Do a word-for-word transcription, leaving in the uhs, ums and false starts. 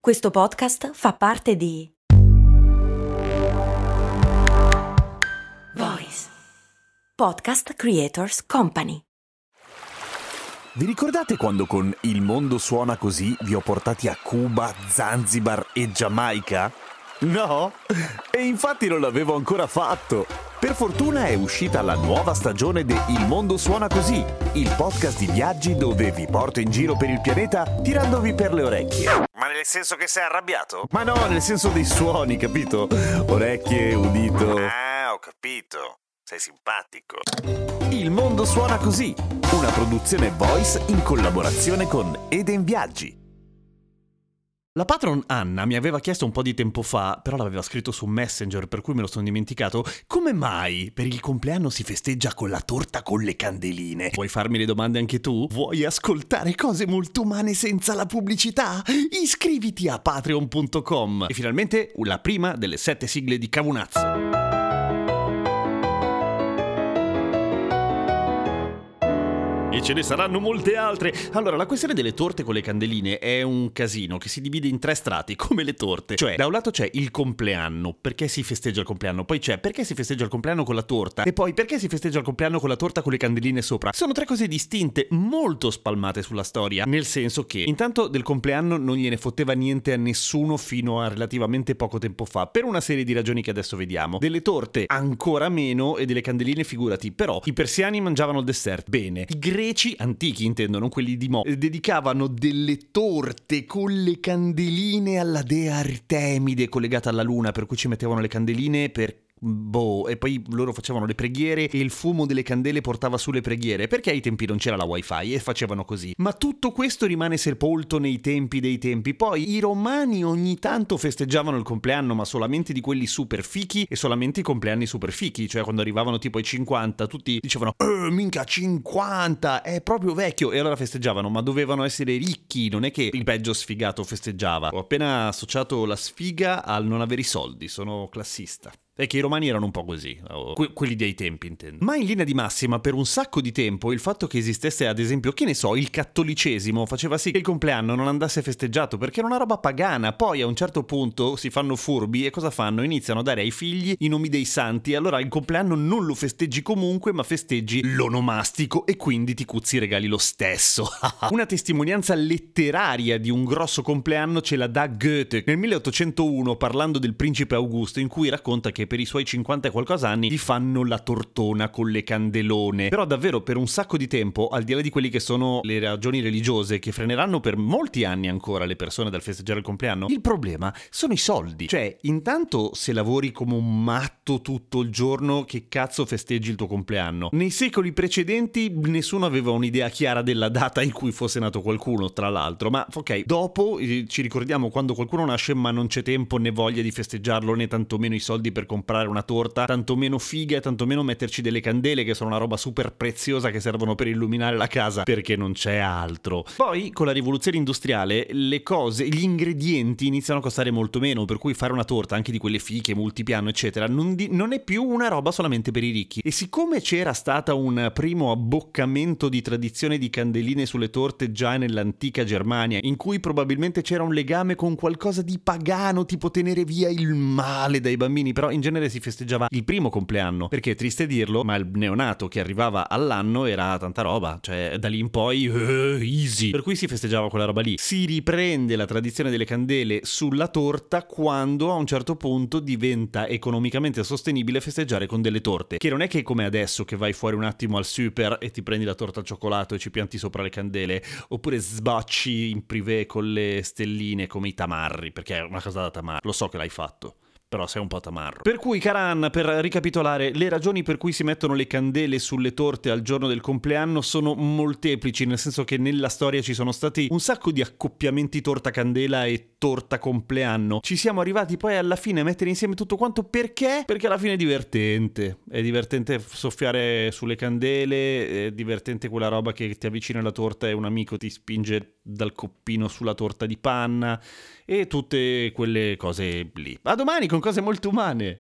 Questo podcast fa parte di Voice Podcast Creators Company. Vi ricordate quando con Il mondo suona così vi ho portati a Cuba, Zanzibar e Giamaica? No? E infatti non l'avevo ancora fatto. Per fortuna è uscita la nuova stagione di Il mondo suona così, il podcast di viaggi dove vi porto in giro per il pianeta tirandovi per le orecchie. Ma nel senso che sei arrabbiato? Ma no, nel senso dei suoni, capito? Orecchie, udito. Ah, ho capito. Sei simpatico. Il mondo suona così, una produzione Voice in collaborazione con Eden Viaggi. La patron Anna mi aveva chiesto un po' di tempo fa, però l'aveva scritto su Messenger, per cui me lo sono dimenticato, come mai per il compleanno si festeggia con la torta con le candeline? Vuoi farmi le domande anche tu? Vuoi ascoltare cose molto umane senza la pubblicità? Iscriviti a patreon punto com. E finalmente la prima delle sette sigle di Cavunazzo. E ce ne saranno molte altre. Allora, la questione delle torte con le candeline è un casino che si divide in tre strati, come le torte. Cioè, da un lato c'è il compleanno, perché si festeggia il compleanno, poi c'è perché si festeggia il compleanno con la torta, e poi perché si festeggia il compleanno con la torta con le candeline sopra. Sono tre cose distinte, molto spalmate sulla storia, nel senso che intanto del compleanno non gliene fotteva niente a nessuno fino a relativamente poco tempo fa, per una serie di ragioni che adesso vediamo. Delle torte ancora meno e delle candeline figurati, però i persiani mangiavano il dessert, bene. I greci antichi, intendo, non quelli di mo', dedicavano delle torte con le candeline alla dea Artemide collegata alla luna, per cui ci mettevano le candeline per boh, e poi loro facevano le preghiere e il fumo delle candele portava su le preghiere, perché ai tempi non c'era la wifi e facevano così. Ma tutto questo rimane sepolto nei tempi dei tempi. Poi i romani ogni tanto festeggiavano il compleanno, ma solamente di quelli super fichi e solamente i compleanni super fichi, cioè quando arrivavano tipo ai cinquanta tutti dicevano eh, minchia cinquanta, è proprio vecchio, e allora festeggiavano, ma dovevano essere ricchi, non è che il peggio sfigato festeggiava. Ho appena associato la sfiga al non avere i soldi, sono classista. È che i romani erano un po' così, que- quelli dei tempi intendo. Ma in linea di massima, per un sacco di tempo, il fatto che esistesse ad esempio, che ne so, il cattolicesimo faceva sì che il compleanno non andasse festeggiato, perché era una roba pagana. Poi a un certo punto si fanno furbi e cosa fanno? Iniziano a dare ai figli i nomi dei santi, allora il compleanno non lo festeggi comunque, ma festeggi l'onomastico e quindi ti cuzzi i regali lo stesso. Una testimonianza letteraria di un grosso compleanno ce la dà Goethe nel milleottocentouno, parlando del principe Augusto, in cui racconta che per i suoi cinquanta e qualcosa anni gli fanno la tortona con le candelone. Però davvero per un sacco di tempo, al di là di quelli che sono le ragioni religiose che freneranno per molti anni ancora le persone dal festeggiare il compleanno, il problema sono i soldi. Cioè, intanto se lavori come un matto tutto il giorno, che cazzo festeggi il tuo compleanno? Nei secoli precedenti nessuno aveva un'idea chiara della data in cui fosse nato qualcuno, tra l'altro, ma ok, dopo eh, ci ricordiamo quando qualcuno nasce ma non c'è tempo né voglia di festeggiarlo né tantomeno i soldi per comprare una torta, tanto meno figa e tanto meno metterci delle candele, che sono una roba super preziosa che servono per illuminare la casa, perché non c'è altro. Poi con la rivoluzione industriale le cose, gli ingredienti iniziano a costare molto meno, per cui fare una torta anche di quelle fiche, multipiano eccetera non, di, non è più una roba solamente per i ricchi. E siccome c'era stata un primo abboccamento di tradizione di candeline sulle torte già nell'antica Germania, in cui probabilmente c'era un legame con qualcosa di pagano, tipo tenere via il male dai bambini, però in genere si festeggiava il primo compleanno, perché è triste dirlo, ma il neonato che arrivava all'anno era tanta roba, cioè da lì in poi uh, easy, per cui si festeggiava quella roba lì. Si riprende la tradizione delle candele sulla torta quando a un certo punto diventa economicamente sostenibile festeggiare con delle torte, che non è che come adesso che vai fuori un attimo al super e ti prendi la torta al cioccolato e ci pianti sopra le candele, oppure sbocci in privé con le stelline come i tamarri, perché è una cosa da tamarro, lo so che l'hai fatto, però sei un po' tamarro. Per cui, cara Anna, per ricapitolare, le ragioni per cui si mettono le candele sulle torte al giorno del compleanno sono molteplici, nel senso che nella storia ci sono stati un sacco di accoppiamenti torta candela e torta compleanno. Ci siamo arrivati poi alla fine a mettere insieme tutto quanto perché? Perché alla fine è divertente. È divertente soffiare sulle candele, è divertente quella roba che ti avvicina alla torta e un amico ti spinge dal coppino sulla torta di panna e tutte quelle cose lì. A domani con cose molto umane.